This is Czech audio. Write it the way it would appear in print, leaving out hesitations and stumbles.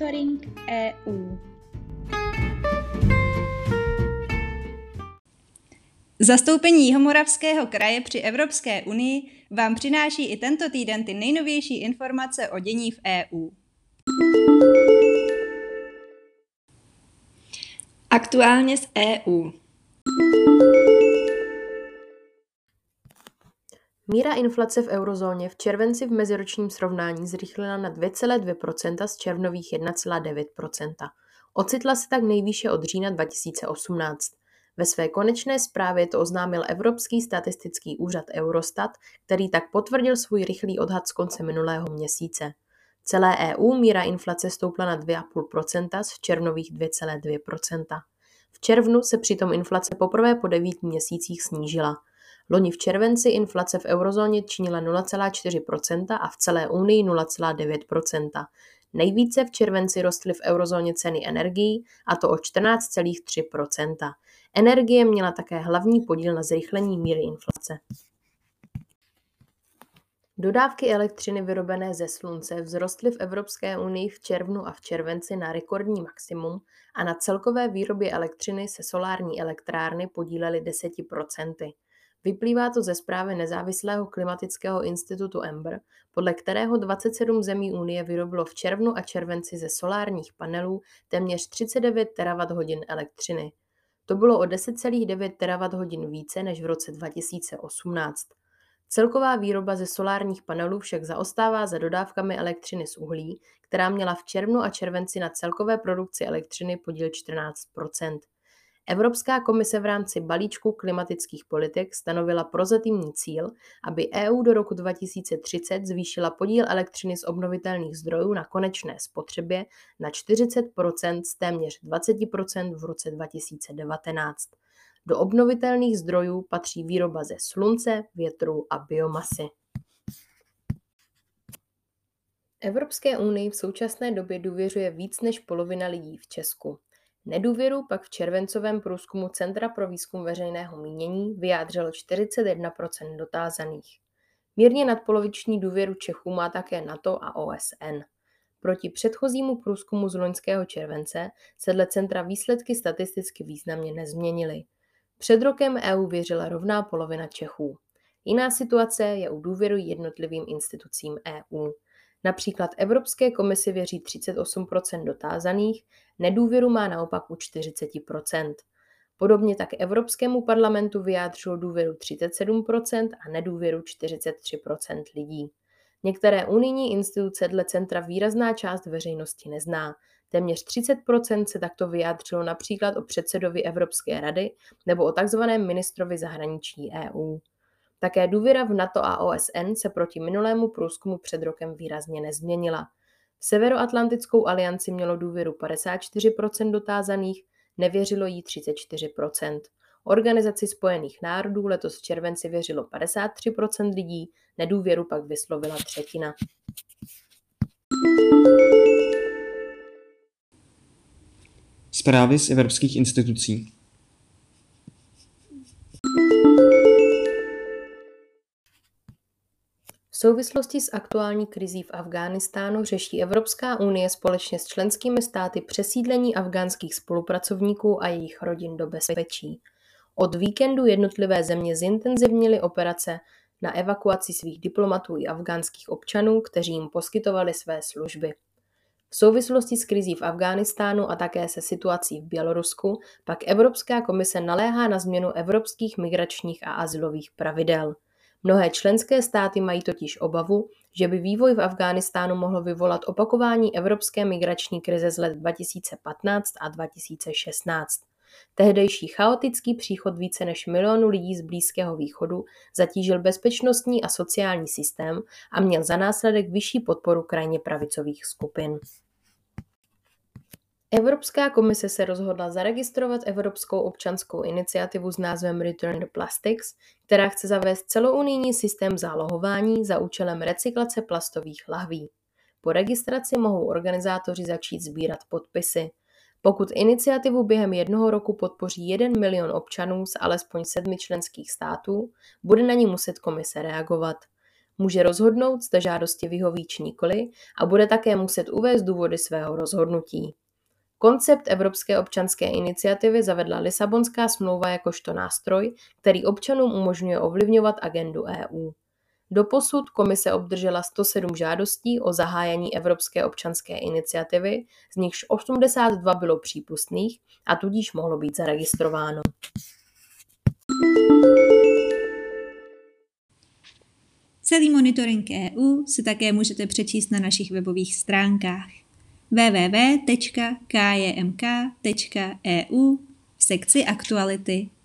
Monitoring EU. Zastoupení Jihomoravského kraje při Evropské unii vám přináší i tento týden ty nejnovější informace o dění v EU. Aktuálně z EU. Míra inflace v eurozóně v červenci v meziročním srovnání zrychlila na 2,2% z červnových 1,9%. Ocitla se tak nejvýše od října 2018. Ve své konečné zprávě to oznámil Evropský statistický úřad Eurostat, který tak potvrdil svůj rychlý odhad z konce minulého měsíce. V celé EU míra inflace stoupla na 2,5% z červnových 2,2%. V červnu se přitom inflace poprvé po 9 měsících snížila. Loni v červenci inflace v eurozóně činila 0,4% a v celé Unii 0,9%. Nejvíce v červenci rostly v eurozóně ceny energií, a to o 14,3%. Energie měla také hlavní podíl na zrychlení míry inflace. Dodávky elektřiny vyrobené ze slunce vzrostly v Evropské unii v červnu a v červenci na rekordní maximum a na celkové výrobě elektřiny se solární elektrárny podílely 10%. Vyplývá to ze zprávy nezávislého klimatického institutu Ember, podle kterého 27 zemí Unie vyrobilo v červnu a červenci ze solárních panelů téměř 39 terawatt-hodin elektřiny. To bylo o 10,9 terawatt-hodin více než v roce 2018. Celková výroba ze solárních panelů však zaostává za dodávkami elektřiny z uhlí, která měla v červnu a červenci na celkové produkci elektřiny podíl 14%. Evropská komise v rámci balíčku klimatických politik stanovila prozatímní cíl, aby EU do roku 2030 zvýšila podíl elektřiny z obnovitelných zdrojů na konečné spotřebě na 40% z téměř 20% v roce 2019. Do obnovitelných zdrojů patří výroba ze slunce, větru a biomasy. Evropské unii v současné době důvěřuje víc než polovina lidí v Česku. Nedůvěru pak v červencovém průzkumu Centra pro výzkum veřejného mínění vyjádřilo 41% dotázaných. Mírně nadpoloviční důvěru Čechů má také NATO a OSN. Proti předchozímu průzkumu z loňského července se dle centra výsledky statisticky významně nezměnily. Před rokem EU věřila rovná polovina Čechů. Jiná situace je u důvěry jednotlivým institucím EU. Například Evropské komisi věří 38% dotázaných, nedůvěru má naopak u 40%. Podobně tak Evropskému parlamentu vyjádřilo důvěru 37% a nedůvěru 43% lidí. Některé unijní instituce dle centra výrazná část veřejnosti nezná. Téměř 30% se takto vyjádřilo například o předsedovi Evropské rady nebo o takzvaném ministrovi zahraničí EU. Také důvěra v NATO a OSN se proti minulému průzkumu před rokem výrazně nezměnila. V Severoatlantickou alianci mělo důvěru 54% dotázaných, nevěřilo jí 34%. Organizaci spojených národů letos v červenci věřilo 53% lidí, nedůvěru pak vyslovila třetina. Zprávy z evropských institucí. V souvislosti s aktuální krizí v Afghánistánu řeší Evropská unie společně s členskými státy přesídlení afghánských spolupracovníků a jejich rodin do bezpečí. Od víkendu jednotlivé země zintenzivnily operace na evakuaci svých diplomatů i afghánských občanů, kteří jim poskytovali své služby. V souvislosti s krizí v Afghánistánu a také se situací v Bělorusku pak Evropská komise naléhá na změnu evropských migračních a azylových pravidel. Mnohé členské státy mají totiž obavu, že by vývoj v Afghánistánu mohlo vyvolat opakování evropské migrační krize z let 2015 a 2016. Tehdejší chaotický příchod více než milionu lidí z Blízkého východu zatížil bezpečnostní a sociální systém a měl za následek vyšší podporu krajně pravicových skupin. Evropská komise se rozhodla zaregistrovat Evropskou občanskou iniciativu s názvem Return the Plastics, která chce zavést celounijní systém zálohování za účelem recyklace plastových lahví. Po registraci mohou organizátoři začít sbírat podpisy. Pokud iniciativu během 1 roku podpoří 1 milion občanů z alespoň 7 členských států, bude na ní muset komise reagovat. Může rozhodnout, zda žádosti vyhoví či nikoli a bude také muset uvést důvody svého rozhodnutí. Koncept Evropské občanské iniciativy zavedla Lisabonská smlouva jakožto nástroj, který občanům umožňuje ovlivňovat agendu EU. Doposud komise obdržela 107 žádostí o zahájení Evropské občanské iniciativy, z nichž 82 bylo přípustných a tudíž mohlo být zaregistrováno. Celý monitoring EU si také můžete přečíst na našich webových stránkách www.kjmk.eu v sekci Aktuality.